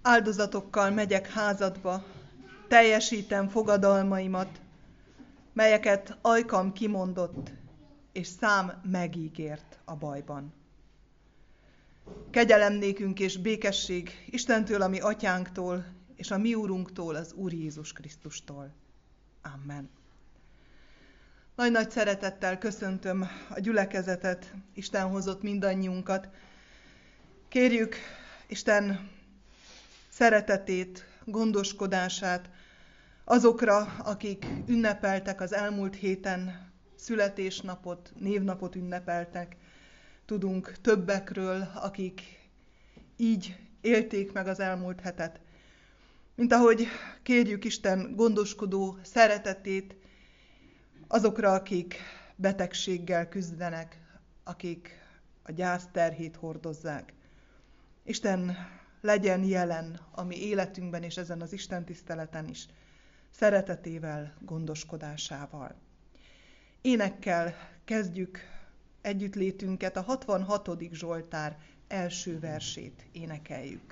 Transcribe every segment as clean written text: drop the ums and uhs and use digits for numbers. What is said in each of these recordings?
Áldozatokkal megyek házadba, teljesítem fogadalmaimat, melyeket ajkam kimondott, és szám megígért a bajban. Kegyelem nékünk és békesség Istentől, a mi atyánktól, és a mi úrunktól, az Úr Jézus Krisztustól. Amen. Nagy-nagy szeretettel köszöntöm a gyülekezetet, Isten hozott mindannyiunkat. Kérjük Isten szeretetét, gondoskodását azokra, akik ünnepeltek az elmúlt héten, születésnapot, névnapot ünnepeltek. Tudunk többekről, akik így élték meg az elmúlt hetet. Mint ahogy kérjük Isten gondoskodó szeretetét azokra, akik betegséggel küzdenek, akik a gyász terhét hordozzák. Isten legyen jelen a mi életünkben és ezen az Isten tiszteleten is, szeretetével, gondoskodásával. Énekkel kezdjük együttlétünket, a 66. Zsoltár első versét énekeljük.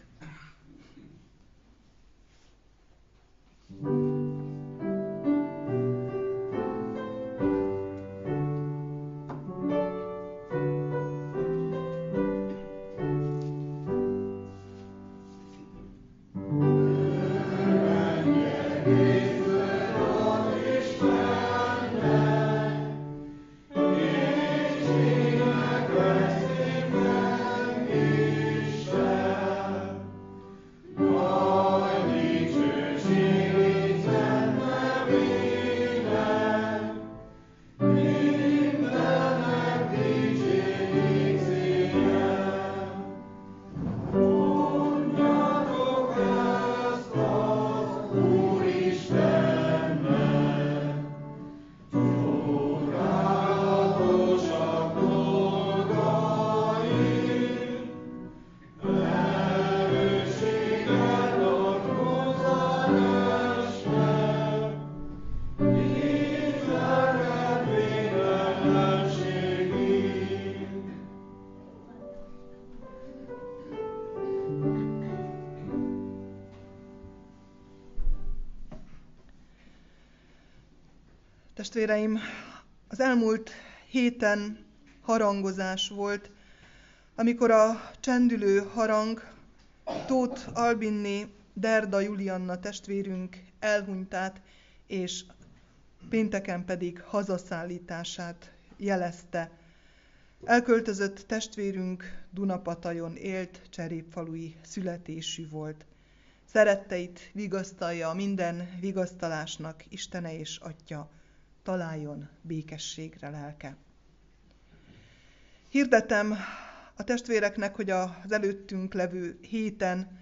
Testvéreim, az elmúlt héten harangozás volt, amikor a csendülő harang Tóth Albinné Derda Julianna testvérünk elhunytát, és pénteken pedig hazaszállítását jelezte. Elköltözött testvérünk Dunapatajon élt, cserépfalui születésű volt. Szeretteit vigasztalja minden vigasztalásnak Istene és Atya, találjon békességre lelke. Hirdetem a testvéreknek, hogy az előttünk levő héten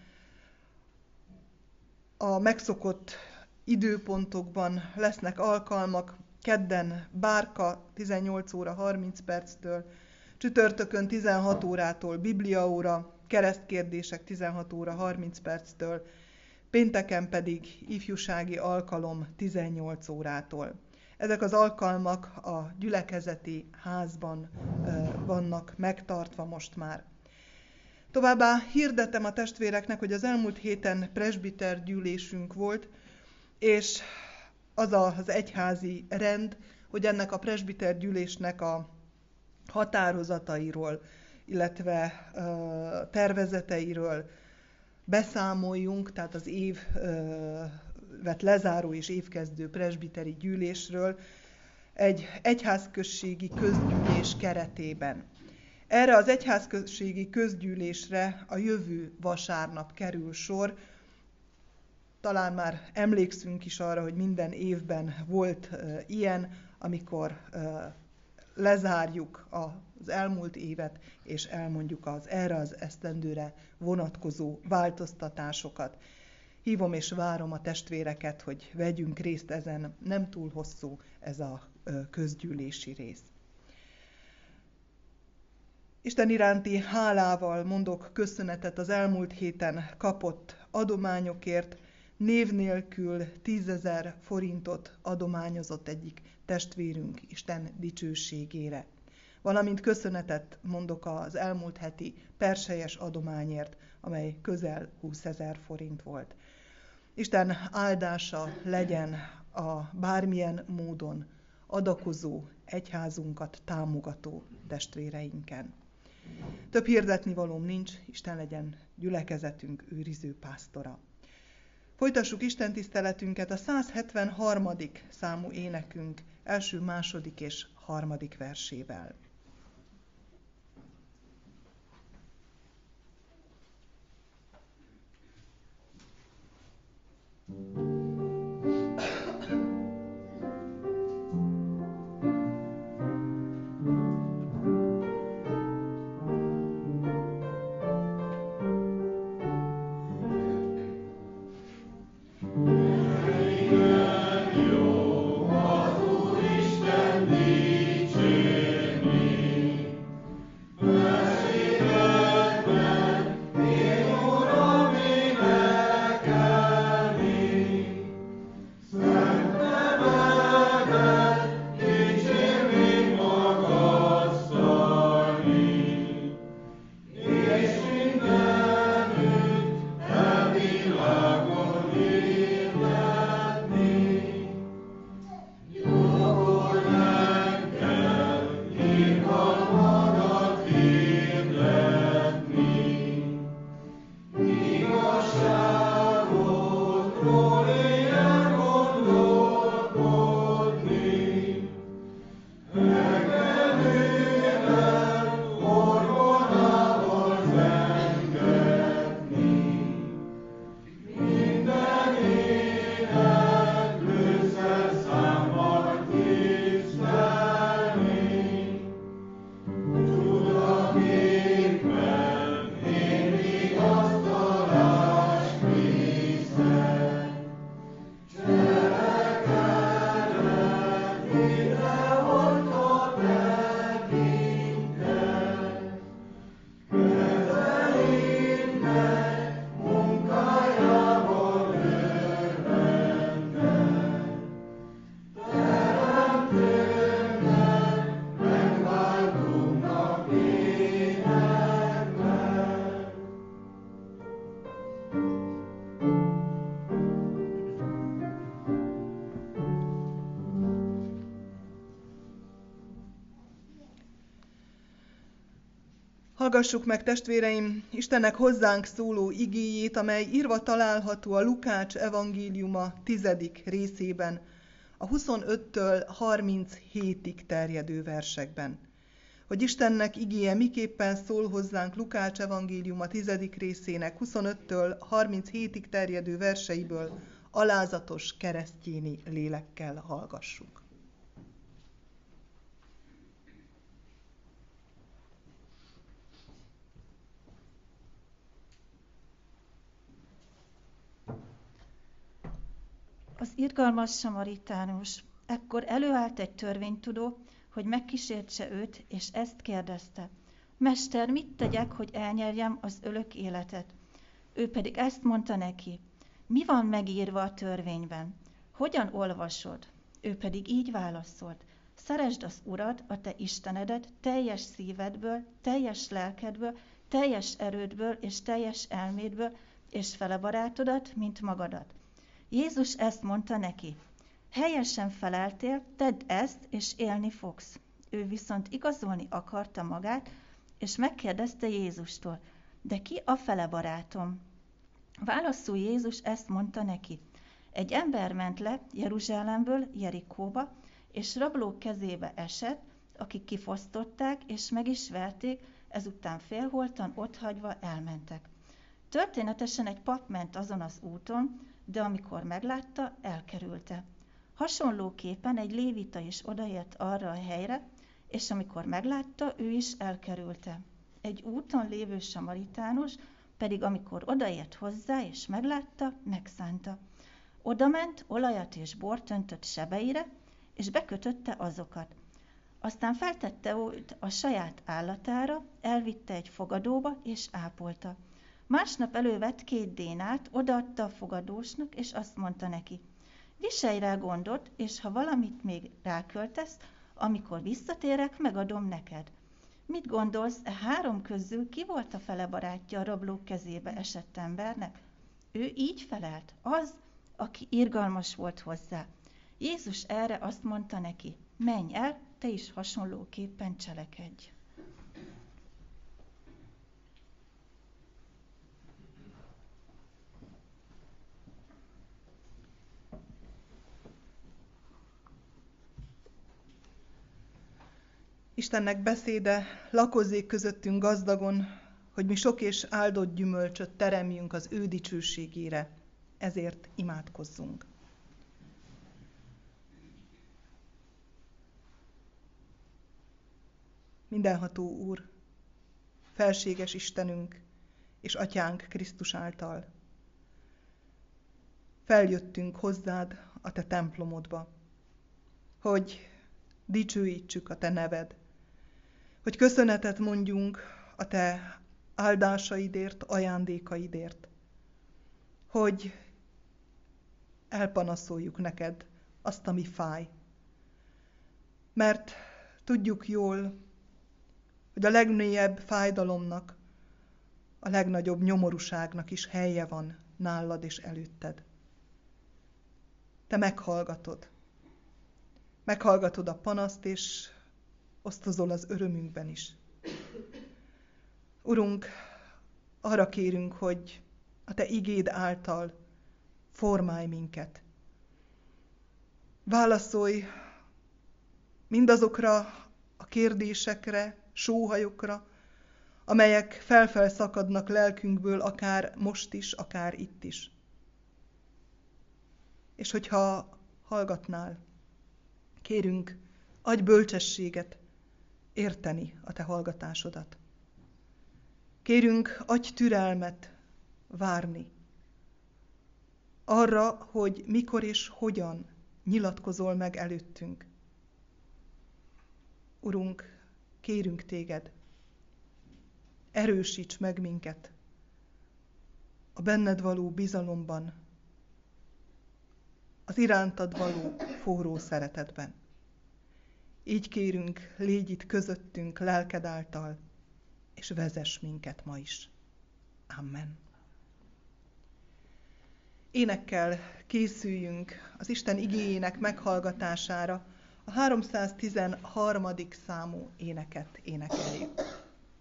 a megszokott időpontokban lesznek alkalmak. Kedden Bárka 18 óra 30 perctől, csütörtökön 16 órától Bibliaóra, keresztkérdések 16 óra 30 perctől, pénteken pedig ifjúsági alkalom 18 órától. Ezek az alkalmak a gyülekezeti házban vannak megtartva most már. Továbbá hirdetem a testvéreknek, hogy az elmúlt héten presbiter gyűlésünk volt, és az az egyházi rend, hogy ennek a presbiter gyűlésnek a határozatairól, illetve tervezeteiről beszámoljunk, tehát az évet lezáró és évkezdő presbiteri gyűlésről egy egyházközségi közgyűlés keretében. Erre az egyházközségi közgyűlésre a jövő vasárnap kerül sor. Talán már emlékszünk is arra, hogy minden évben volt ilyen, amikor lezárjuk az elmúlt évet, és elmondjuk az erre az esztendőre vonatkozó változtatásokat. Hívom és várom a testvéreket, hogy vegyünk részt ezen, nem túl hosszú ez a közgyűlési rész. Isten iránti hálával mondok köszönetet az elmúlt héten kapott adományokért. Név nélkül 10 000 forintot adományozott egyik testvérünk Isten dicsőségére. Valamint köszönetet mondok az elmúlt heti perselyes adományért amely közel 20 000 forint volt. Isten áldása legyen a bármilyen módon adakozó, egyházunkat támogató testvéreinkön. Több hirdetnivalóm nincs, Isten legyen gyülekezetünk őriző pásztora. Folytassuk Isten tiszteletünket a 173. számú énekünk első, második és harmadik versével. Hallgassuk meg, testvéreim, Istennek hozzánk szóló igéjét, amely írva található a Lukács evangéliuma 10. részében, a 25-től 37-ig terjedő versekben. Hogy Istennek igéje miképpen szól hozzánk Lukács evangéliuma 10. részének 25-től 37-ig terjedő verseiből, alázatos keresztjéni lélekkel hallgassuk. Az irgalmas samaritánus ekkor előállt egy törvénytudó, hogy megkísértse őt, és ezt kérdezte: Mester, mit tegyek, hogy elnyerjem az örök életet? Ő pedig ezt mondta neki: Mi van megírva a törvényben? Hogyan olvasod? Ő pedig így válaszolt: Szeresd az Urat, a te Istenedet teljes szívedből, teljes lelkedből, teljes erődből és teljes elmédből, és fele barátodat, mint magadat. Jézus ezt mondta neki: Helyesen feleltél, tedd ezt, és élni fogsz. Ő viszont igazolni akarta magát, és megkérdezte Jézustól: De ki a fele barátom? Válaszul Jézus ezt mondta neki: Egy ember ment le Jeruzsálemből Jerikóba, és rablók kezébe esett, akik kifosztották, és meg is verték, ezután félholtan otthagyva elmentek. Történetesen egy pap ment azon az úton, de amikor meglátta, elkerülte. Hasonlóképpen egy lévita is odaért arra a helyre, és amikor meglátta, ő is elkerülte. Egy úton lévő samaritánus pedig amikor odaért hozzá és meglátta, megszánta. Odament, olajat és bort öntött sebeire, és bekötötte azokat. Aztán feltette őt a saját állatára, elvitte egy fogadóba, és ápolta. Másnap elővett 2 dénárt, odaadta a fogadósnak, és azt mondta neki: Viselj rá gondot, és ha valamit még ráköltesz, amikor visszatérek, megadom neked. Mit gondolsz, 3 közül ki volt a fele barátja a rablók kezébe esett embernek? Ő így felelt, az, aki irgalmas volt hozzá. Jézus erre azt mondta neki, menj el, te is hasonlóképpen cselekedj. Istennek beszéde lakozzék közöttünk gazdagon, hogy mi sok és áldott gyümölcsöt teremjünk az ő dicsőségére, ezért imádkozzunk. Mindenható Úr, felséges Istenünk és Atyánk Krisztus által, feljöttünk hozzád a te templomodba, hogy dicsőítsük a te neved, hogy köszönetet mondjunk a te áldásaidért, ajándékaidért, hogy elpanaszoljuk neked azt, ami fáj. Mert tudjuk jól, hogy a legmélyebb fájdalomnak, a legnagyobb nyomorúságnak is helye van nálad és előtted. Te meghallgatod. Meghallgatod a panaszt, és osztozol az örömünkben is. Urunk, arra kérünk, hogy a te igéd által formálj minket. Válaszolj mindazokra a kérdésekre, sóhajokra, amelyek felszakadnak lelkünkből, akár most is, akár itt is. És hogyha hallgatnál, kérünk, adj bölcsességet érteni a te hallgatásodat. Kérünk, adj türelmet várni arra, hogy mikor és hogyan nyilatkozol meg előttünk. Urunk, kérünk téged, erősíts meg minket a benned való bizalomban, az irántad való forró szeretetben. Így kérünk, légy itt közöttünk lelked által, és vezess minket ma is. Amen. Énekkel készüljünk az Isten igéjének meghallgatására, a 313. számú éneket énekeljük.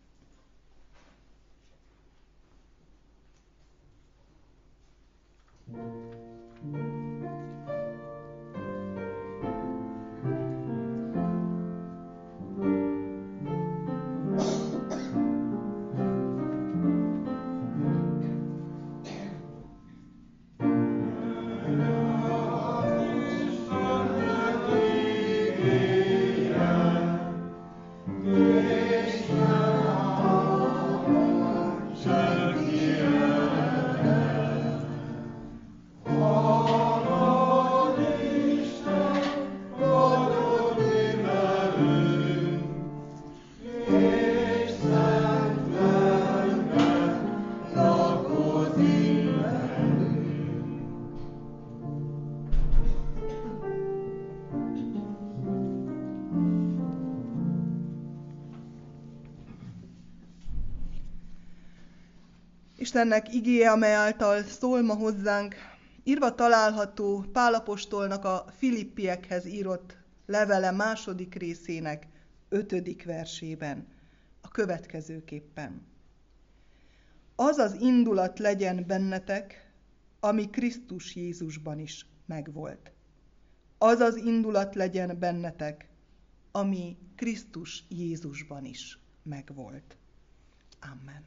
Istennek igéje, amely által szól ma hozzánk, írva található Pál apostolnak a Filippiekhez írott levele 2. részének 5. versében, a következőképpen. Az az indulat legyen bennetek, ami Krisztus Jézusban is megvolt. Az az indulat legyen bennetek, ami Krisztus Jézusban is megvolt. Amen.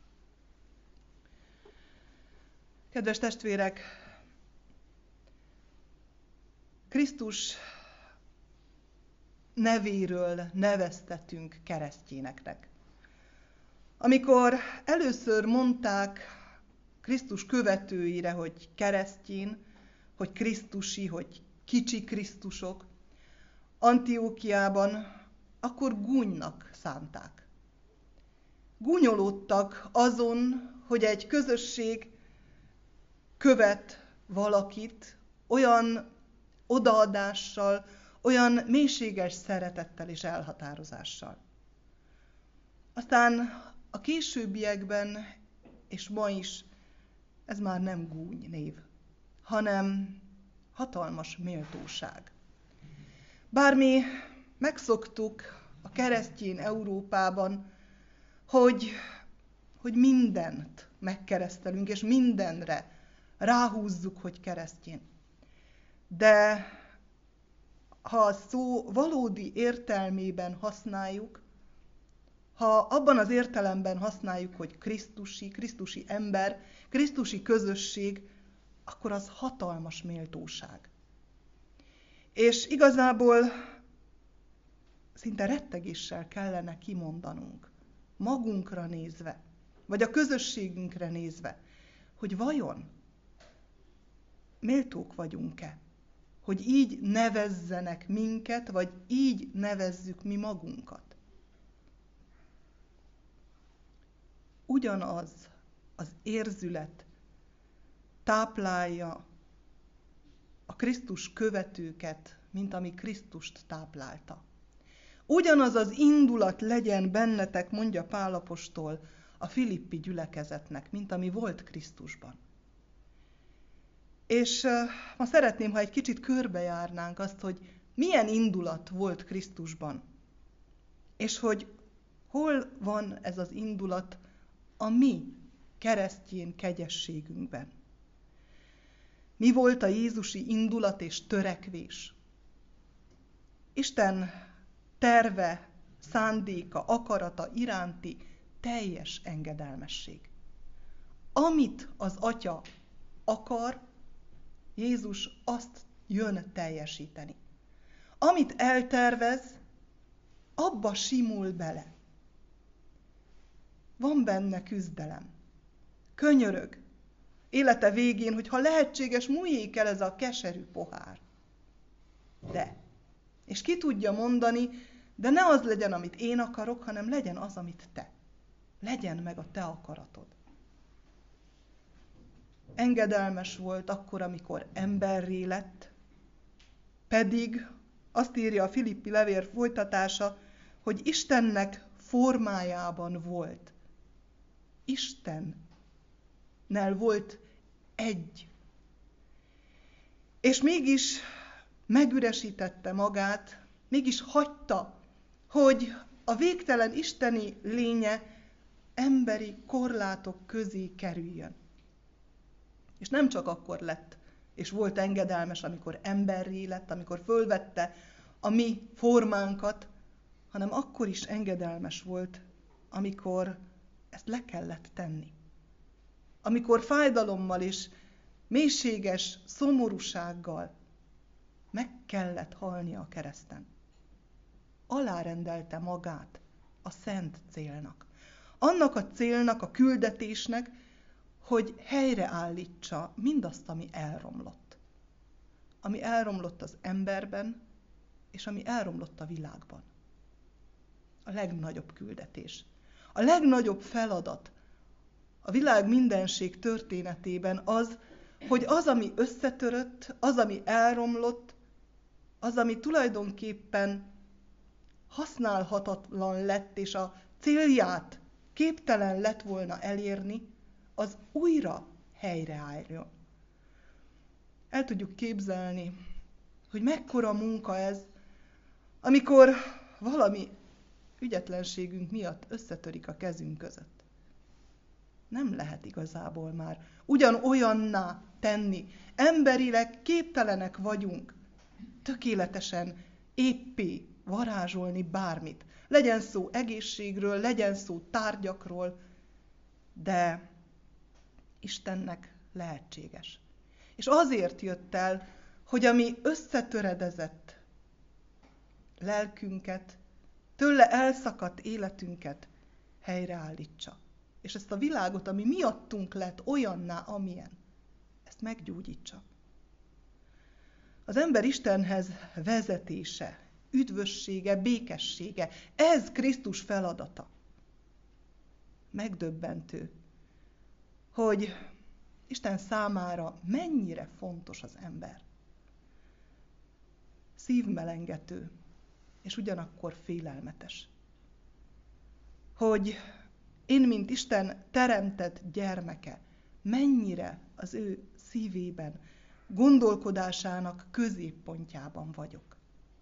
Kedves testvérek, Krisztus nevéről neveztetünk keresztényeknek. Amikor először mondták Krisztus követőire, hogy keresztjén, hogy krisztusi, hogy kicsi krisztusok, Antiókiában, akkor gúnynak szánták. Gúnyolódtak azon, hogy egy közösség követ valakit olyan odaadással, olyan mélységes szeretettel és elhatározással. Aztán a későbbiekben, és ma is, ez már nem gúny név, hanem hatalmas méltóság. Bár mi megszoktuk a keresztény Európában, hogy mindent megkeresztelünk, és mindenre ráhúzzuk, hogy keresztény. De ha a szó valódi értelmében használjuk, ha abban az értelemben használjuk, hogy krisztusi ember, krisztusi közösség, akkor az hatalmas méltóság. És igazából szinte rettegéssel kellene kimondanunk, magunkra nézve, vagy a közösségünkre nézve, hogy vajon méltók vagyunk-e, hogy így nevezzenek minket, vagy így nevezzük mi magunkat. Ugyanaz az érzület táplálja a Krisztus követőket, mint ami Krisztust táplálta. Ugyanaz az indulat legyen bennetek, mondja Pál apostol a filippi gyülekezetnek, mint ami volt Krisztusban. És ma szeretném, ha egy kicsit körbejárnánk azt, hogy milyen indulat volt Krisztusban, és hogy hol van ez az indulat a mi keresztény kegyességünkben. Mi volt a jézusi indulat és törekvés? Isten terve, szándéka, akarata iránti teljes engedelmesség. Amit az Atya akar, Jézus azt jön teljesíteni. Amit eltervez, abba simul bele. Van benne küzdelem. Könyörög. Élete végén, hogy ha lehetséges, múljék el ez a keserű pohár. De. És ki tudja mondani, de ne az legyen, amit én akarok, hanem legyen az, amit te. Legyen meg a te akaratod. Engedelmes volt akkor, amikor emberré lett, pedig azt írja a filippi levél folytatása, hogy Istennek formájában volt. Istennel volt egy. És mégis megüresítette magát, mégis hagyta, hogy a végtelen isteni lénye emberi korlátok közé kerüljön. És nem csak akkor lett, és volt engedelmes, amikor emberré lett, amikor fölvette a mi formánkat, hanem akkor is engedelmes volt, amikor ezt le kellett tenni. Amikor fájdalommal és mélységes szomorúsággal meg kellett halnia a kereszten. Alárendelte magát a szent célnak. Annak a célnak, a küldetésnek, hogy helyreállítsa mindazt, ami elromlott. Ami elromlott az emberben, és ami elromlott a világban. A legnagyobb küldetés. A legnagyobb feladat a világ mindenség történetében az, hogy az, ami összetörött, az, ami elromlott, az, ami tulajdonképpen használhatatlan lett, és a célját képtelen lett volna elérni, az újra helyreálljon. El tudjuk képzelni, hogy mekkora munka ez, amikor valami ügyetlenségünk miatt összetörik a kezünk között. Nem lehet igazából már ugyanolyanná tenni. Emberileg képtelenek vagyunk tökéletesen éppé varázsolni bármit. Legyen szó egészségről, legyen szó tárgyakról, de Istennek lehetséges. És azért jött el, hogy a mi összetöredezett lelkünket, tőle elszakadt életünket helyreállítsa. És ezt a világot, ami miattunk lett olyanná, amilyen, ezt meggyógyítsa. Az ember Istenhez vezetése, üdvössége, békessége, ez Krisztus feladata. Megdöbbentő, hogy Isten számára mennyire fontos az ember. Szívmelengető, és ugyanakkor félelmetes. hogy én, mint Isten teremtett gyermeke, mennyire az ő szívében, gondolkodásának középpontjában vagyok.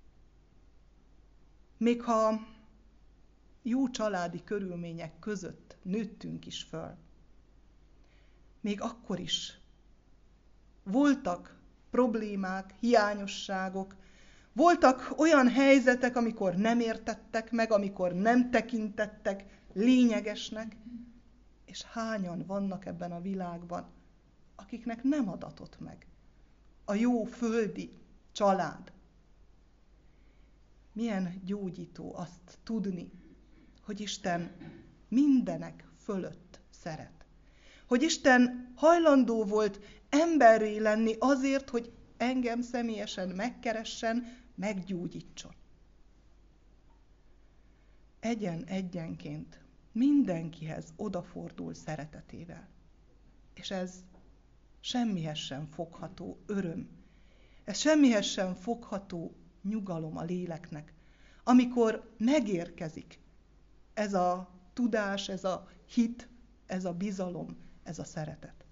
Még ha jó családi körülmények között nőttünk is föl, még akkor is voltak problémák, hiányosságok, voltak olyan helyzetek, amikor nem értettek meg, amikor nem tekintettek lényegesnek, és hányan vannak ebben a világban, akiknek nem adatott meg a jó földi család. Milyen gyógyító azt tudni, hogy Isten mindenek fölött szeret. Hogy Isten hajlandó volt emberré lenni azért, hogy engem személyesen megkeressen, meggyógyítson. Egyenként mindenkihez odafordul szeretetével. És ez semmihez sem fogható öröm. Ez semmihez sem fogható nyugalom a léleknek, amikor megérkezik ez a tudás, ez a hit, ez a bizalom, ez a szeretet.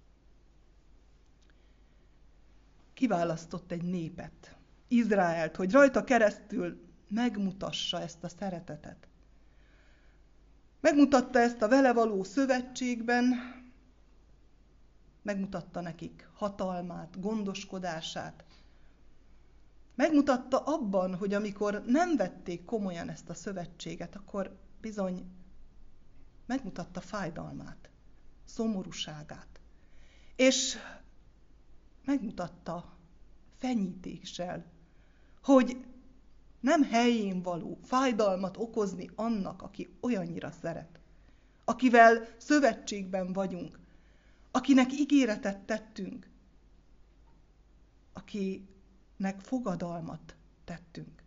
Kiválasztott egy népet, Izraelt, hogy rajta keresztül megmutassa ezt a szeretetet. Megmutatta ezt a vele való szövetségben, megmutatta nekik hatalmát, gondoskodását. Megmutatta abban, hogy amikor nem vették komolyan ezt a szövetséget, akkor bizony megmutatta fájdalmát, szomorúságát. És megmutatta fenyítéssel, hogy nem helyén való fájdalmat okozni annak, aki olyannyira szeret, akivel szövetségben vagyunk, akinek ígéretet tettünk, akinek fogadalmat tettünk.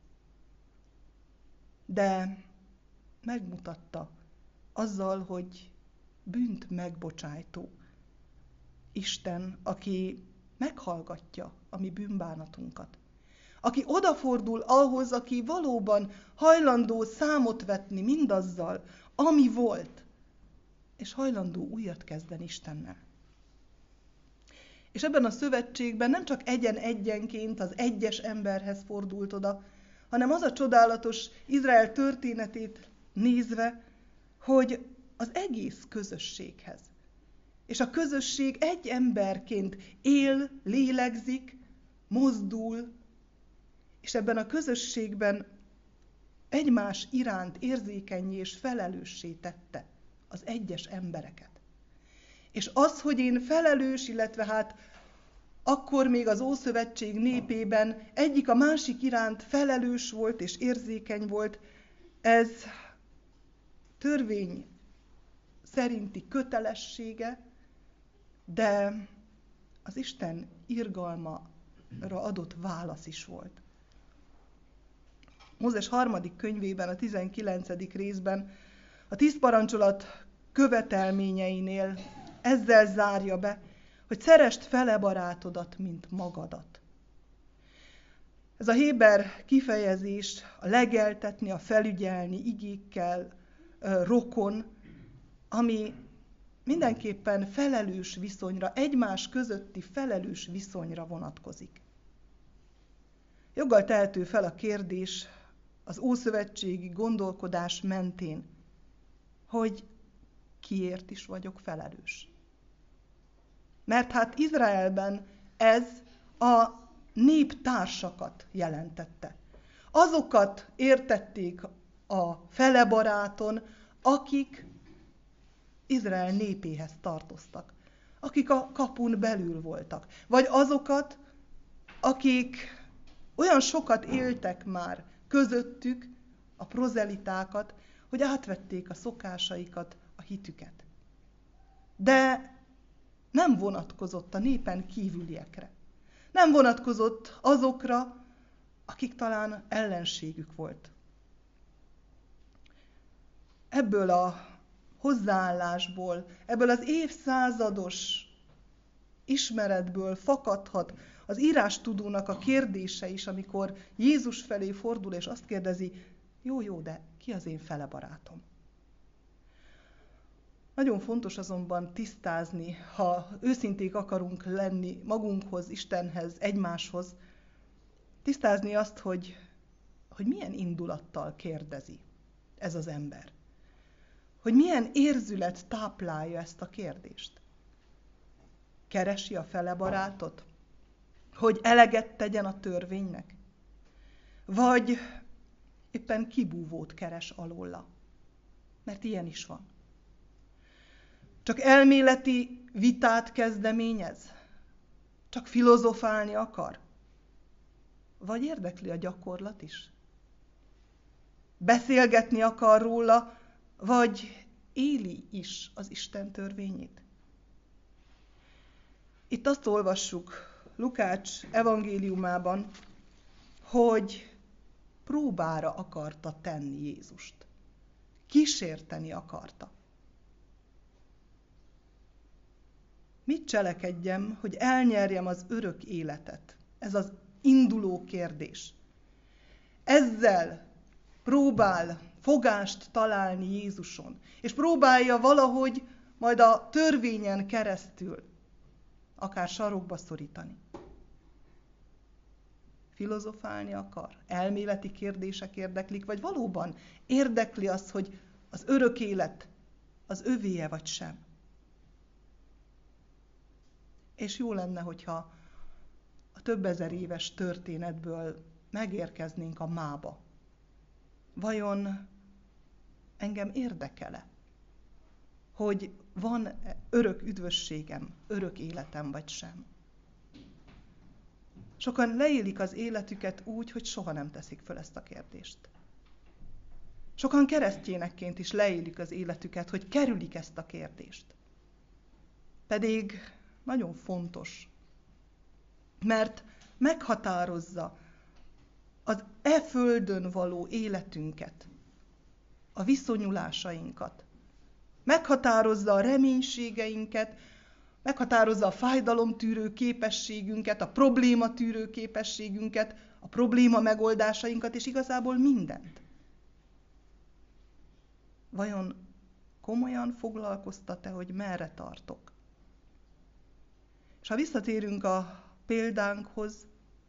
De megmutatta azzal, hogy bűnt megbocsájtó Isten, aki meghallgatja a mi bűnbánatunkat, aki odafordul ahhoz, aki valóban hajlandó számot vetni mindazzal, ami volt, és hajlandó újat kezdeni Istennel. És ebben a szövetségben nem csak egyenként az egyes emberhez fordult oda, hanem az a csodálatos Izrael történetét nézve, hogy az egész közösséghez. És a közösség egy emberként él, lélegzik, mozdul, és ebben a közösségben egymás iránt érzékennyé és felelőssé tette az egyes embereket. És az, hogy én felelős, illetve akkor még az Ószövetség népében egyik a másik iránt felelős volt és érzékeny volt, ez törvény szerinti kötelessége, de az Isten irgalmára adott válasz is volt. Mózes 3. könyvében, a 19. részben a 10 parancsolat követelményeinél ezzel zárja be, hogy szeresd fele barátodat, mint magadat. Ez a héber kifejezés a legeltetni, a felügyelni igékkel, rokon, ami mindenképpen felelős viszonyra, egymás közötti felelős viszonyra vonatkozik. Joggal tehető fel a kérdés az ószövetségi gondolkodás mentén, hogy kiért is vagyok felelős. Mert Izraelben ez a néptársakat jelentette. Azokat értették a fele baráton, akik Izrael népéhez tartoztak, akik a kapun belül voltak, vagy azokat, akik olyan sokat éltek már közöttük, a prozelitákat, hogy átvették a szokásaikat, a hitüket. De nem vonatkozott a népen kívüliekre. Nem vonatkozott azokra, akik talán ellenségük volt. Ebből a hozzáállásból, ebből az évszázados ismeretből fakadhat az írástudónak a kérdése is, amikor Jézus felé fordul, és azt kérdezi, jó, de ki az én fele barátom? Nagyon fontos azonban tisztázni, ha őszinték akarunk lenni magunkhoz, Istenhez, egymáshoz, tisztázni azt, hogy milyen indulattal kérdezi ez az ember. Hogy milyen érzület táplálja ezt a kérdést. Keresi a fele barátot, hogy eleget tegyen a törvénynek? Vagy éppen kibúvót keres alóla? Mert ilyen is van. Csak elméleti vitát kezdeményez? Csak filozofálni akar? Vagy érdekli a gyakorlat is? Beszélgetni akar róla, vagy éli is az Isten törvényét? Itt azt olvassuk Lukács evangéliumában, hogy próbára akarta tenni Jézust. Kísérteni akarta. Mit cselekedjem, hogy elnyerjem az örök életet? Ez az induló kérdés. Ezzel próbál fogást találni Jézuson, és próbálja valahogy majd a törvényen keresztül akár sarokba szorítani. Filozofálni akar? Elméleti kérdések érdeklik, vagy valóban érdekli az, hogy az örök élet az övéje vagy sem? És jó lenne, hogyha a több ezer éves történetből megérkeznénk a mába. Vajon engem érdekel-e, hogy van örök üdvösségem, örök életem vagy sem? Sokan leélik az életüket úgy, hogy soha nem teszik föl ezt a kérdést. Sokan keresztényekként is leélik az életüket, hogy kerülik ezt a kérdést. Pedig nagyon fontos, mert meghatározza az földön való életünket, a viszonyulásainkat, meghatározza a reménységeinket, meghatározza a fájdalomtűrő képességünket, a problématűrő képességünket, a probléma megoldásainkat, és igazából mindent. Vajon komolyan foglalkoztat-e, hogy merre tartok? És ha visszatérünk a példánkhoz,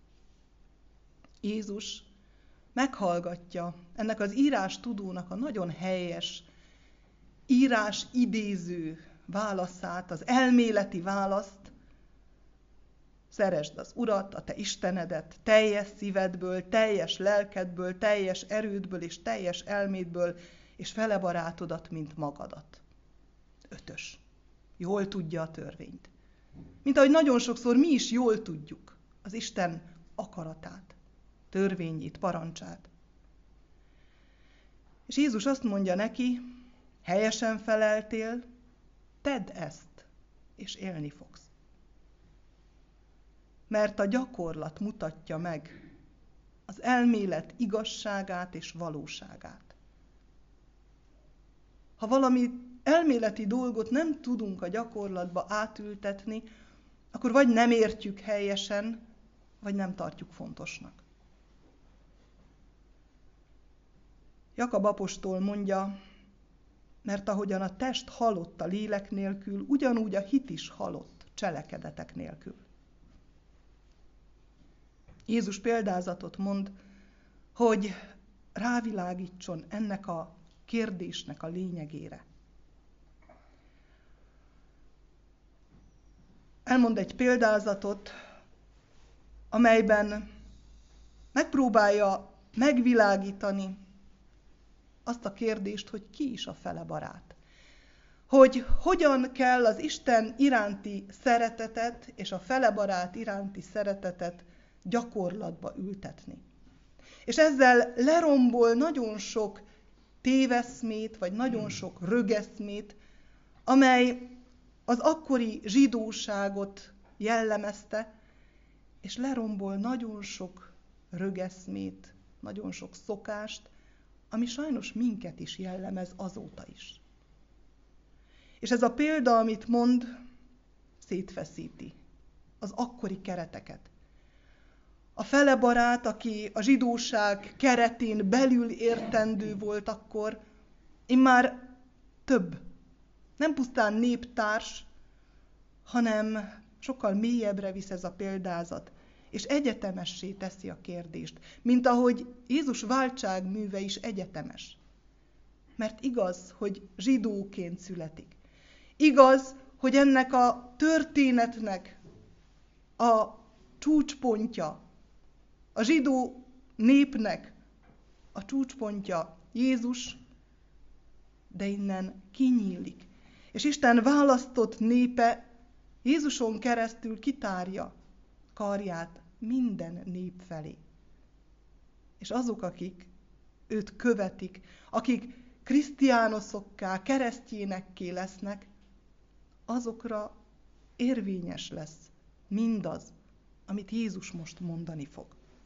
Jézus meghallgatja ennek az írástudónak a nagyon helyes, írás idéző válaszát, az elméleti választ. Szeresd az Urat, a te Istenedet teljes szívedből, teljes lelkedből, teljes erődből és teljes elmédből, és fele barátodat, mint magadat. 5. Jól tudja a törvényt. Mint ahogy nagyon sokszor mi is jól tudjuk az Isten akaratát, törvényét, parancsát. És Jézus azt mondja neki, helyesen feleltél, tedd ezt, és élni fogsz. Mert a gyakorlat mutatja meg az elmélet igazságát és valóságát. Ha valami elméleti dolgot nem tudunk a gyakorlatba átültetni, akkor vagy nem értjük helyesen, vagy nem tartjuk fontosnak. Jakab apostol mondja, mert ahogyan a test halott a lélek nélkül, ugyanúgy a hit is halott cselekedetek nélkül. Jézus példázatot mond, hogy rávilágítson ennek a kérdésnek a lényegére. Elmond egy példázatot, amelyben megpróbálja megvilágítani azt a kérdést, hogy ki is a fele barát. Hogy hogyan kell az Isten iránti szeretetet és a fele barát iránti szeretetet gyakorlatba ültetni. És ezzel lerombol nagyon sok téveszmét, vagy nagyon sok rögeszmét, amely az akkori zsidóságot jellemezte, és lerombol nagyon sok rögeszmét, nagyon sok szokást, ami sajnos minket is jellemez azóta is. És ez a példa, amit mond, szétfeszíti az akkori kereteket. A fele barát, aki a zsidóság keretén belül értendő volt akkor, immár több. Nem pusztán néptárs, hanem sokkal mélyebbre visz ez a példázat, és egyetemessé teszi a kérdést, mint ahogy Jézus váltságműve is egyetemes. Mert igaz, hogy zsidóként születik. Igaz, hogy ennek a történetnek a csúcspontja, a zsidó népnek a csúcspontja Jézus, de innen kinyílik. És Isten választott népe Jézuson keresztül kitárja karját minden nép felé. És azok, akik őt követik, akik krisztiánoszokká, keresztjénekké lesznek, azokra érvényes lesz mindaz, amit Jézus most mondani fog.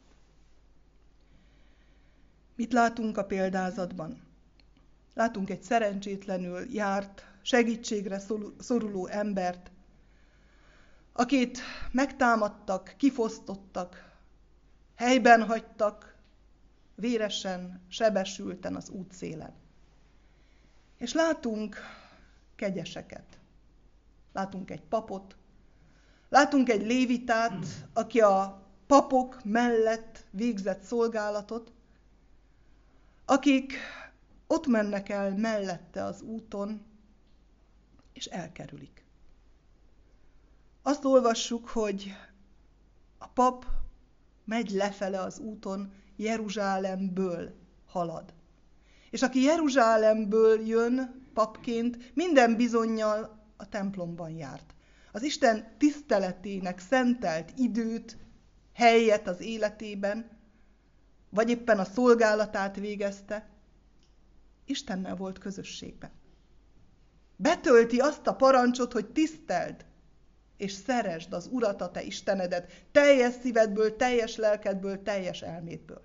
Mit látunk a példázatban? Látunk egy szerencsétlenül járt, segítségre szoruló embert, akit megtámadtak, kifosztottak, helyben hagytak, véresen, sebesülten az útszélen. És látunk kegyeseket. Látunk egy papot, látunk egy lévitát, aki a papok mellett végzett szolgálatot, akik ott mennek el mellette az úton, és elkerülik. Azt olvassuk, hogy a pap megy lefele az úton, Jeruzsálemből halad. És aki Jeruzsálemből jön papként, minden bizonnyal a templomban járt. Az Isten tiszteletének szentelt időt, helyet az életében, vagy éppen a szolgálatát végezte, Istennel volt közösségben. Betölti azt a parancsot, hogy tiszteld és szeresd az Urat, a te Istenedet, teljes szívedből, teljes lelkedből, teljes elmédből.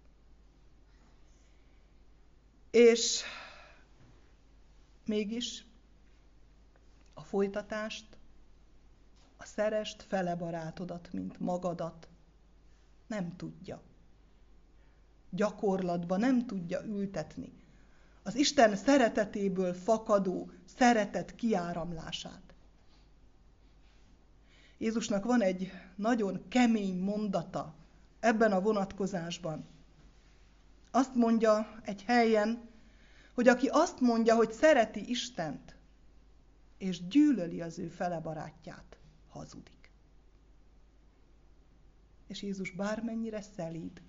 És mégis a folytatást, a szeresd fele barátodat, mint magadat nem tudja. Gyakorlatban nem tudja ültetni az Isten szeretetéből fakadó szeretet kiáramlását. Jézusnak van egy nagyon kemény mondata ebben a vonatkozásban. Azt mondja egy helyen, hogy aki azt mondja, hogy szereti Istent, és gyűlöli az ő fele barátját, hazudik. És Jézus bármennyire szelíd,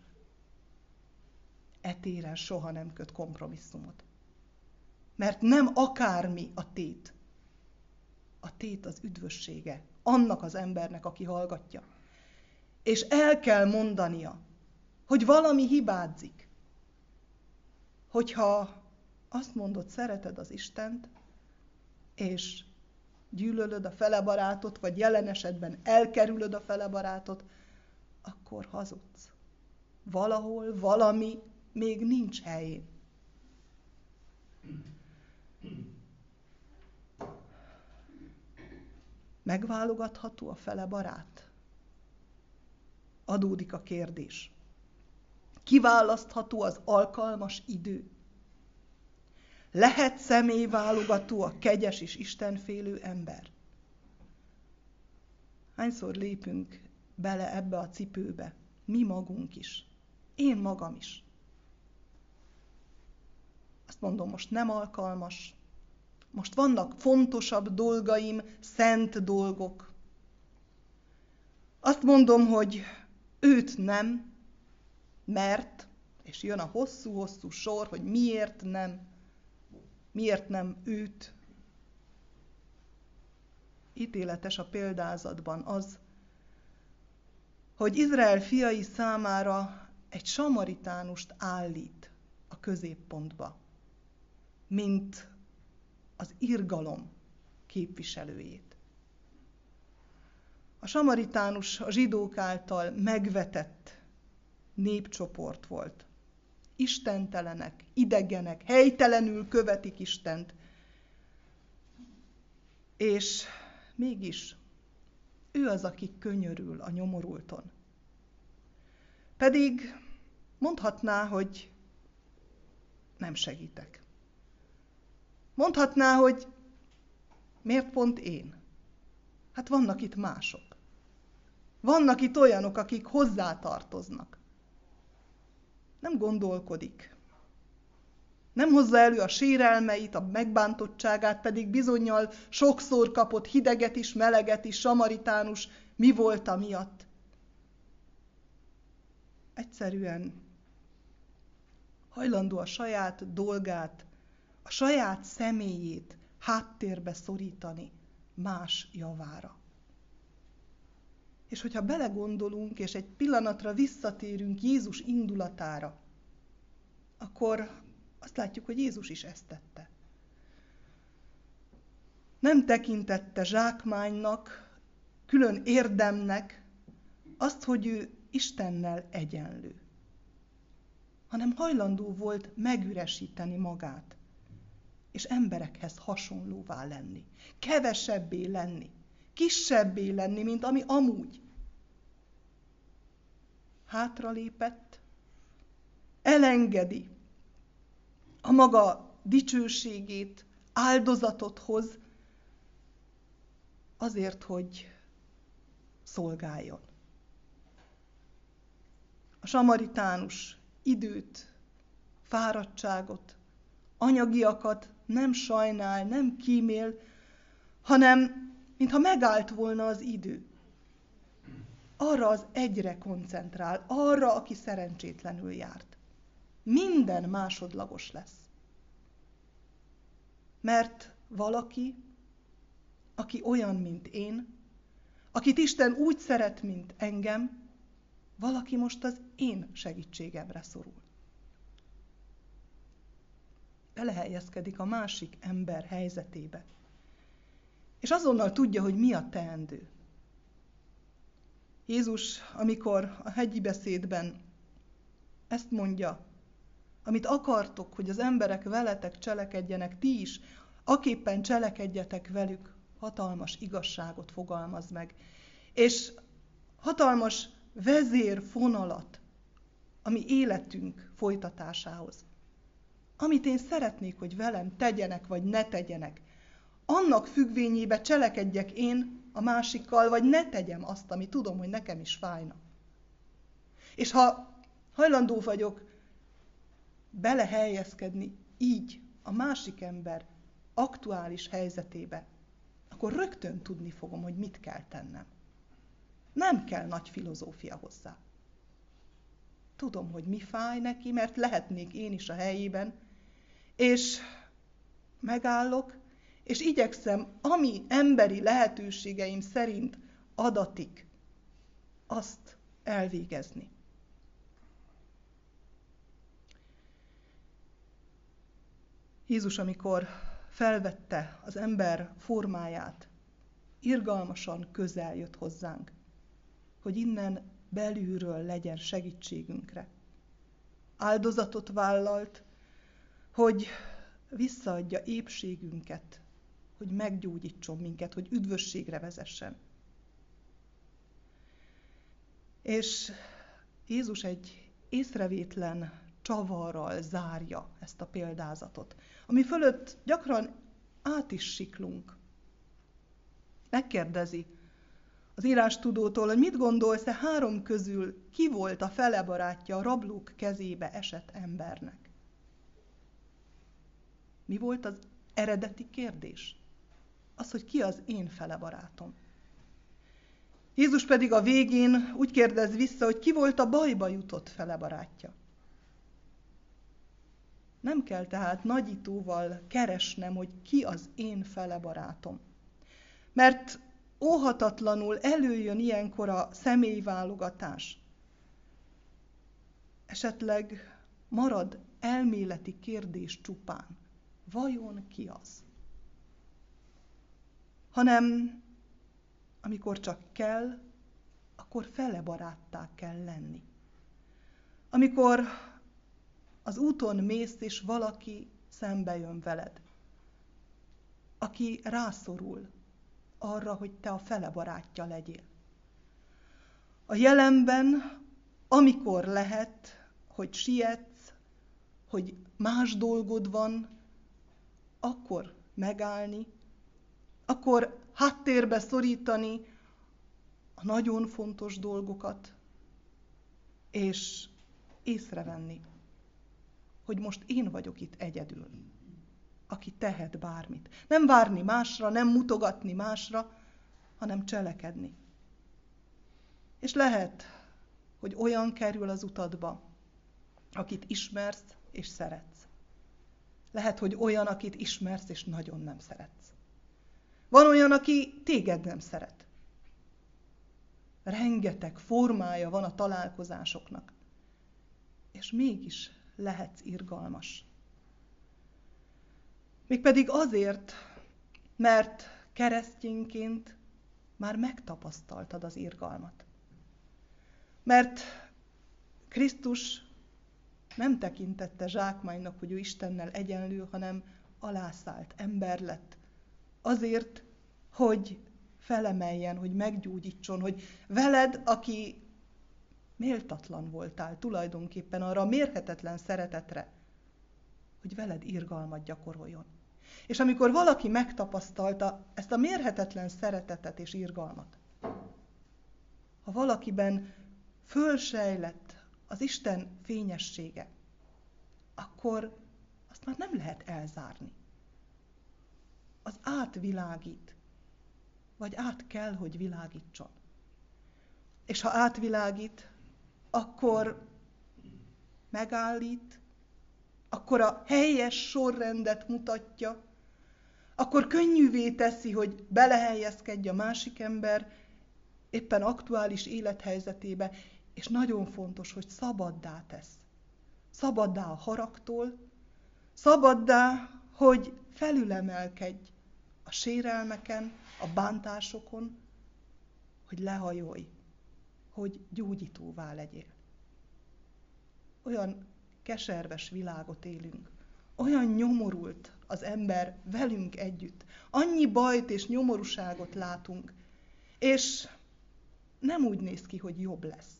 e téren soha nem köt kompromisszumot. Mert nem akármi a tét. A tét az üdvössége annak az embernek, aki hallgatja. És el kell mondania, hogy valami hibázik. Hogyha azt mondod, szereted az Istent, és gyűlölöd a fele barátot, vagy jelen esetben elkerülöd a fele barátot, akkor hazudsz. Valahol, valami még nincs helyén. Megválogatható a fele barát? Adódik a kérdés. Kiválasztható az alkalmas idő? Lehet személyválogató a kegyes és istenfélő ember? Hányszor lépünk bele ebbe a cipőbe? Mi magunk is. Én magam is. Azt mondom, most nem alkalmas. Most vannak fontosabb dolgaim, szent dolgok. Azt mondom, hogy őt nem, mert, és jön a hosszú-hosszú sor, hogy miért nem őt. Ítéletes a példázatban az, hogy Izrael fiai számára egy samaritánust állít a középpontba, mint az irgalom képviselőjét. A samaritánus a zsidók által megvetett népcsoport volt. Istentelenek, idegenek, helytelenül követik Istent. És mégis ő az, aki könyörül a nyomorulton. Pedig mondhatná, hogy nem segítek. Mondhatná, hogy Miért pont én? Hát vannak itt mások. Vannak itt olyanok, akik hozzátartoznak. Nem gondolkodik. Nem hozza elő a sérelmeit, a megbántottságát, pedig bizonnyal sokszor kapott hideget is, meleget is, samaritánus mi volt amiatt. Egyszerűen hajlandó a saját dolgát, a saját személyét háttérbe szorítani más javára. És hogyha belegondolunk, és egy pillanatra visszatérünk Jézus indulatára, akkor azt látjuk, hogy Jézus is ezt tette. Nem tekintette zsákmánynak, külön érdemnek azt, hogy ő Istennel egyenlő, hanem hajlandó volt megüresíteni magát, és emberekhez hasonlóvá lenni, kevesebbé lenni, kisebbé lenni, mint ami amúgy. Hátralépett, elengedi a maga dicsőségét, áldozatot hoz, azért, hogy szolgáljon. A samaritánus időt, fáradtságot, anyagiakat nem sajnál, nem kímél, hanem mintha megállt volna az idő. Arra az egyre koncentrál, arra, aki szerencsétlenül járt. Minden másodlagos lesz. Mert valaki, aki olyan, mint én, akit Isten úgy szeret, mint engem, valaki most az én segítségemre szorul. Belehelyezkedik a másik ember helyzetébe. És azonnal tudja, hogy mi a teendő. Jézus, amikor a hegyi beszédben ezt mondja, amit akartok, hogy az emberek veletek cselekedjenek, ti is, aképpen cselekedjetek velük, hatalmas igazságot fogalmaz meg. És hatalmas vezérfonalat a mi életünk folytatásához. Amit én szeretnék, hogy velem tegyenek, vagy ne tegyenek, annak függvényébe cselekedjek én a másikkal, vagy ne tegyem azt, ami tudom, hogy nekem is fájna. És ha hajlandó vagyok belehelyezkedni így a másik ember aktuális helyzetébe, akkor rögtön tudni fogom, hogy mit kell tennem. Nem kell nagy filozófia hozzá. Tudom, hogy mi fáj neki, mert lehetnék én is a helyében, és megállok, és igyekszem, ami emberi lehetőségeim szerint adatik, azt elvégezni. Jézus, amikor felvette az ember formáját, irgalmasan közel jött hozzánk, hogy innen belülről legyen segítségünkre. Áldozatot vállalt, hogy visszaadja épségünket, hogy meggyógyítson minket, hogy üdvösségre vezessen. És Jézus egy észrevétlen csavarral zárja ezt a példázatot, ami fölött gyakran át is siklunk. Megkérdezi az írástudótól, hogy mit gondolsz, 3 közül ki volt a felebarátja a rablók kezébe esett embernek? Mi volt az eredeti kérdés? Az, hogy ki az én felebarátom. Jézus pedig a végén úgy kérdez vissza, hogy ki volt a bajba jutott felebarátja. Nem kell tehát nagyítóval keresnem, hogy ki az én felebarátom. Mert óhatatlanul előjön ilyenkor a személyválogatás. Esetleg marad elméleti kérdés csupán. Vajon ki az? Hanem amikor csak kell, akkor felebaráttá kell lenni. Amikor az úton mész, és valaki szembe jön veled, aki rászorul arra, hogy te a felebarátja legyél. A jelenben, amikor lehet, hogy sietsz, hogy más dolgod van, akkor megállni, akkor háttérbe szorítani a nagyon fontos dolgokat, és észrevenni, hogy most én vagyok itt egyedül, aki tehet bármit. Nem várni másra, nem mutogatni másra, hanem cselekedni. És lehet, hogy olyan kerül az utadba, akit ismersz és szeretsz. Lehet, hogy olyan, akit ismersz és nagyon nem szeretsz. Van olyan, aki téged nem szeret. Rengeteg formája van a találkozásoknak. És mégis lehetsz irgalmas. Mégpedig azért, mert keresztényként már megtapasztaltad az irgalmat. Mert Krisztus nem tekintette zsákmánynak, hogy ő Istennel egyenlő, hanem alászállt, ember lett. Azért, hogy felemeljen, hogy meggyógyítson, hogy veled, aki méltatlan voltál tulajdonképpen arra a mérhetetlen szeretetre, hogy veled irgalmat gyakoroljon. És amikor valaki megtapasztalta ezt a mérhetetlen szeretetet és irgalmat, ha valakiben fölsejlett az Isten fényessége, akkor azt már nem lehet elzárni. Az átvilágít, vagy át kell, hogy világítson. És ha átvilágít, akkor megállít, akkor a helyes sorrendet mutatja, akkor könnyűvé teszi, hogy belehelyezkedj a másik ember éppen aktuális élethelyzetébe, és nagyon fontos, hogy szabaddá tesz. Szabaddá a haragtól, szabaddá, hogy felülemelkedj a sérelmeken, a bántásokon, hogy lehajolj, hogy gyógyítóvá legyél. Olyan keserves világot élünk, olyan nyomorult az ember velünk együtt, annyi bajt és nyomorúságot látunk, és nem úgy néz ki, hogy jobb lesz.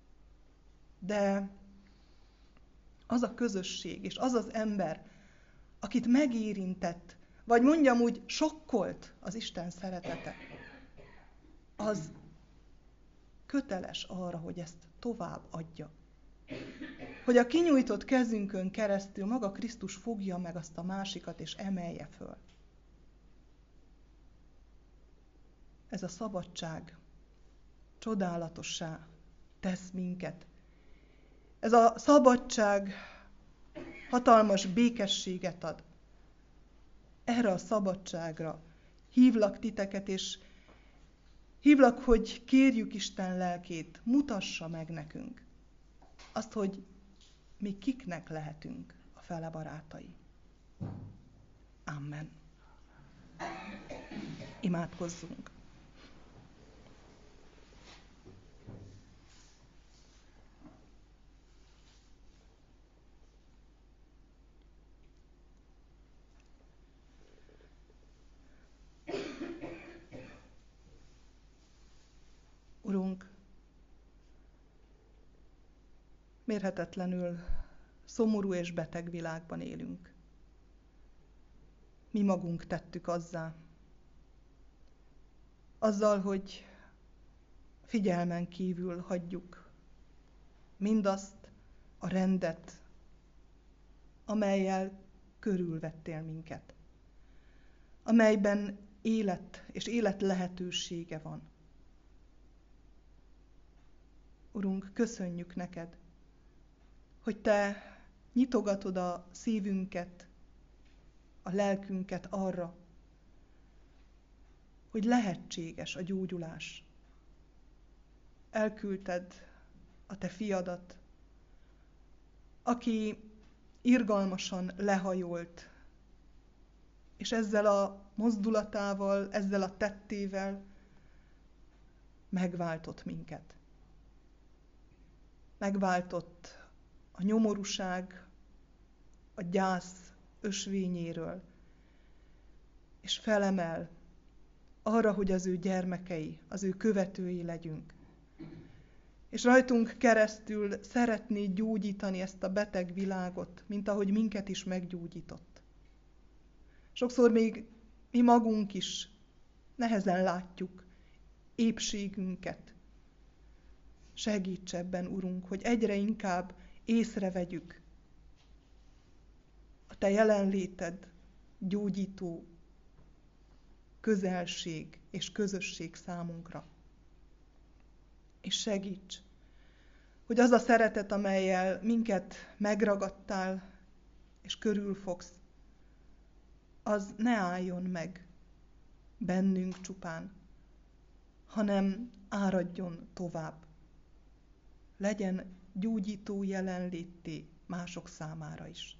De az a közösség és az az ember, akit megérintett, vagy mondjam úgy, sokkolt az Isten szeretete, az köteles arra, hogy ezt tovább adja. Hogy a kinyújtott kezünkön keresztül maga Krisztus fogja meg azt a másikat és emelje föl. Ez a szabadság csodálatossá tesz minket. Ez a szabadság hatalmas békességet ad. Erre a szabadságra hívlak titeket, és hívlak, hogy kérjük Isten lelkét, mutassa meg nekünk azt, hogy mi kiknek lehetünk a fele barátai. Amen. Imádkozzunk. Urunk, mérhetetlenül szomorú és beteg világban élünk. Mi magunk tettük azzal, hogy figyelmen kívül hagyjuk mindazt a rendet, amellyel körülvettél minket, amelyben élet és élet lehetősége van. Urunk, köszönjük neked, hogy te nyitogatod a szívünket, a lelkünket arra, hogy lehetséges a gyógyulás. Elküldted a te fiadat, aki irgalmasan lehajolt, és ezzel a mozdulatával, ezzel a tettével megváltott minket. Megváltott a nyomorúság, a gyász ösvényéről, és felemel arra, hogy az ő gyermekei, az ő követői legyünk. És rajtunk keresztül szeretné gyógyítani ezt a beteg világot, mint ahogy minket is meggyógyított. Sokszor még mi magunk is nehezen látjuk épségünket. Segíts ebben, Urunk, hogy egyre inkább észrevegyük a Te jelenléted, gyógyító közelség és közösség számunkra. És segíts, hogy az a szeretet, amellyel minket megragadtál és körülfogsz, az ne álljon meg bennünk csupán, hanem áradjon tovább. Legyen gyógyító jelenlétté mások számára is.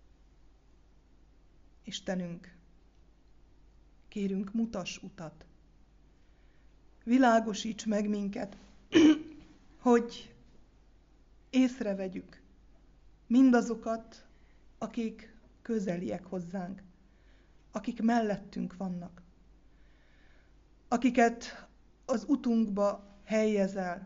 Istenünk, kérünk, mutass utat. Világosíts meg minket, hogy észrevegyük mindazokat, akik közeliek hozzánk, akik mellettünk vannak, akiket az utunkba helyezel,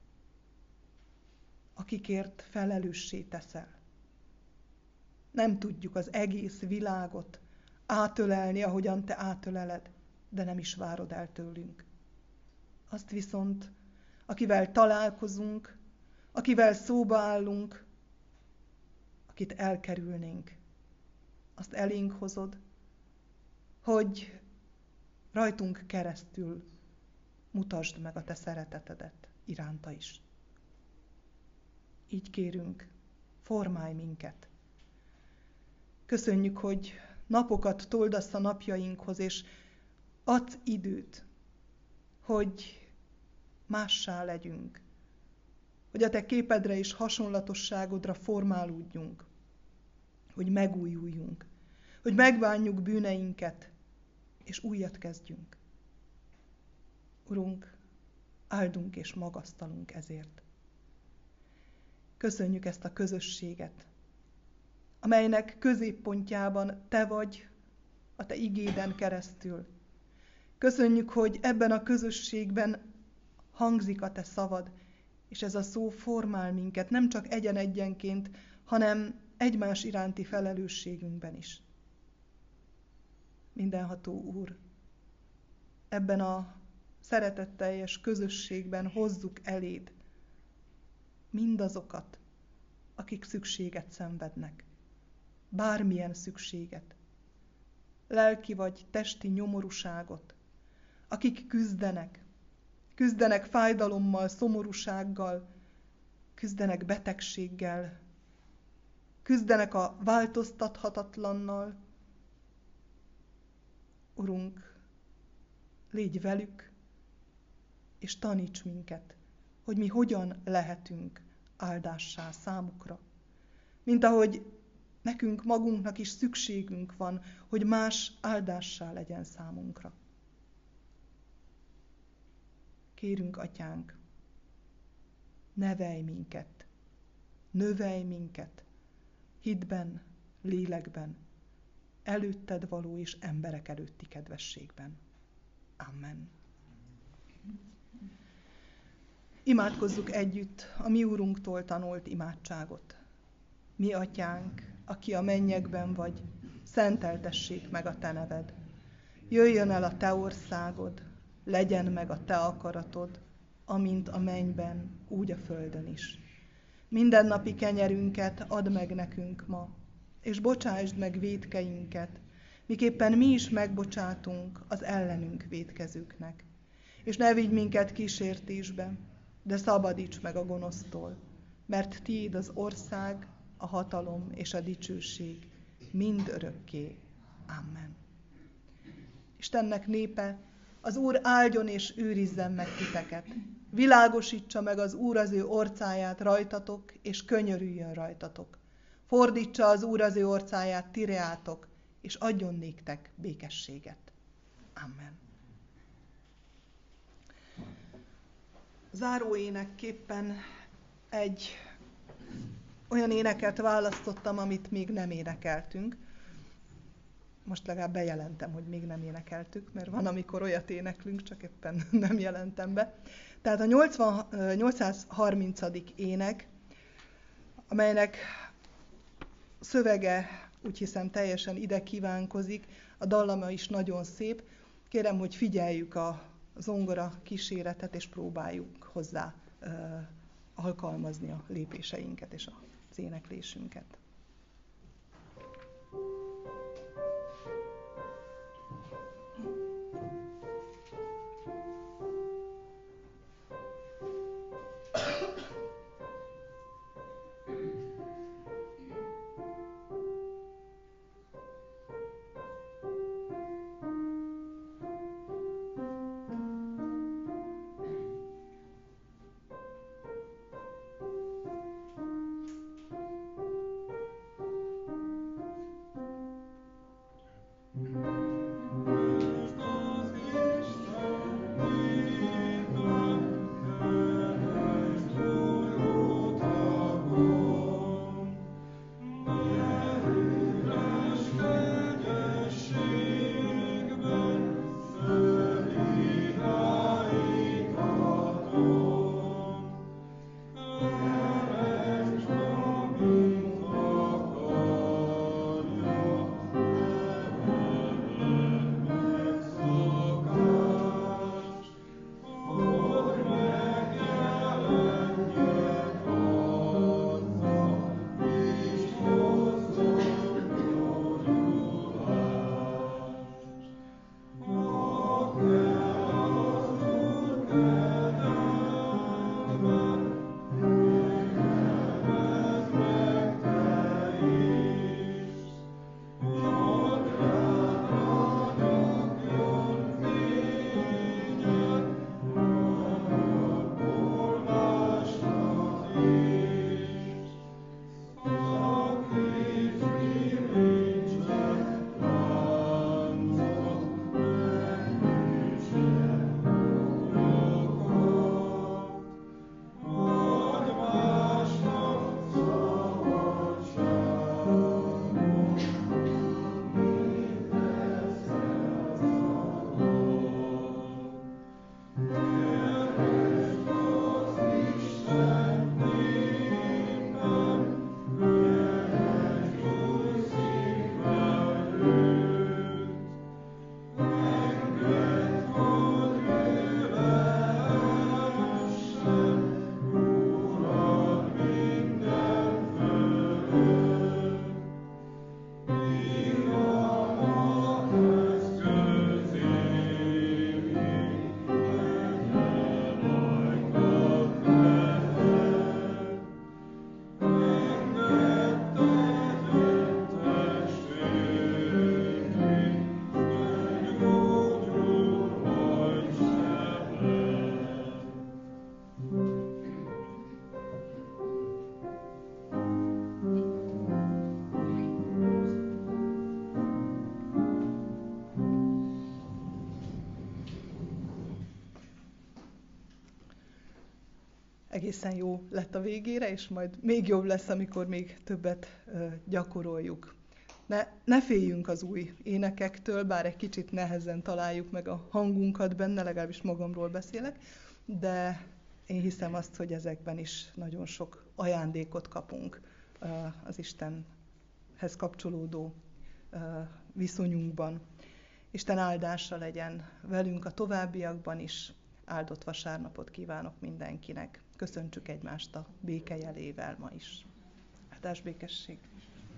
akikért felelőssé teszel. Nem tudjuk az egész világot átölelni, ahogyan Te átöleled, de nem is várod el tőlünk. Azt viszont, akivel találkozunk, akivel szóba állunk, akit elkerülnénk, azt elénk hozod, hogy rajtunk keresztül mutasd meg a Te szeretetedet iránta is. Így kérünk, formálj minket. Köszönjük, hogy napokat toldasz a napjainkhoz, és adsz időt, hogy mássá legyünk, hogy a Te képedre és hasonlatosságodra formálódjunk, hogy megújuljunk, hogy megbánjuk bűneinket, és újat kezdjünk. Urunk, áldunk és magasztalunk ezért. Köszönjük ezt a közösséget, amelynek középpontjában Te vagy a Te igéden keresztül. Köszönjük, hogy ebben a közösségben hangzik a Te szavad, és ez a szó formál minket, nem csak egyen-egyenként, hanem egymás iránti felelősségünkben is. Mindenható Úr, ebben a szeretetteljes közösségben hozzuk eléd mindazokat, akik szükséget szenvednek, bármilyen szükséget, lelki vagy testi nyomorúságot, akik küzdenek fájdalommal, szomorúsággal, küzdenek betegséggel, küzdenek a változtathatatlannal. Urunk, légy velük, és taníts minket, hogy mi hogyan lehetünk áldássá számukra. Mint ahogy nekünk magunknak is szükségünk van, hogy más áldássá legyen számunkra. Kérünk, Atyánk, nevelj minket, növelj minket, hitben, lélekben, előtted való és emberek előtti kedvességben. Amen. Imádkozzuk együtt a mi Úrunktól tanult imádságot. Mi Atyánk, aki a mennyekben vagy, szenteltessék meg a Te neved. Jöjjön el a Te országod, legyen meg a Te akaratod, amint a mennyben, úgy a földön is. Mindennapi kenyerünket add meg nekünk ma, és bocsásd meg vétkeinket, miképpen mi is megbocsátunk az ellenünk vétkezőknek. És ne vigy minket kísértésbe, de szabadíts meg a gonosztól, mert tiéd az ország, a hatalom és a dicsőség mind örökké. Amen. Istennek népe, az Úr áldjon és őrizzen meg titeket. Világosítsa meg az Úr az ő orcáját rajtatok, és könyörüljön rajtatok. Fordítsa az Úr az ő orcáját tireátok, és adjon néktek békességet. Amen. Záróénekképpen egy olyan éneket választottam, amit még nem énekeltünk. Most legalább bejelentem, hogy még nem énekeltük, mert van, amikor olyat éneklünk, csak éppen nem jelentem be. Tehát a 830. ének, amelynek szövege úgy hiszem teljesen ide kívánkozik, a dallama is nagyon szép, Kérem, hogy figyeljük a zongora kíséretet, és próbáljuk hozzá alkalmazni a lépéseinket és az éneklésünket. Egészen jó lett a végére, és majd még jobb lesz, amikor még többet gyakoroljuk. Ne féljünk az új énekektől, bár egy kicsit nehezen találjuk meg a hangunkat benne, legalábbis magamról beszélek, de én hiszem azt, hogy ezekben is nagyon sok ajándékot kapunk az Istenhez kapcsolódó viszonyunkban. Isten áldása legyen velünk a továbbiakban is. Áldott vasárnapot kívánok mindenkinek. Köszöntsük egymást a béke jelével ma is. Áldás békesség!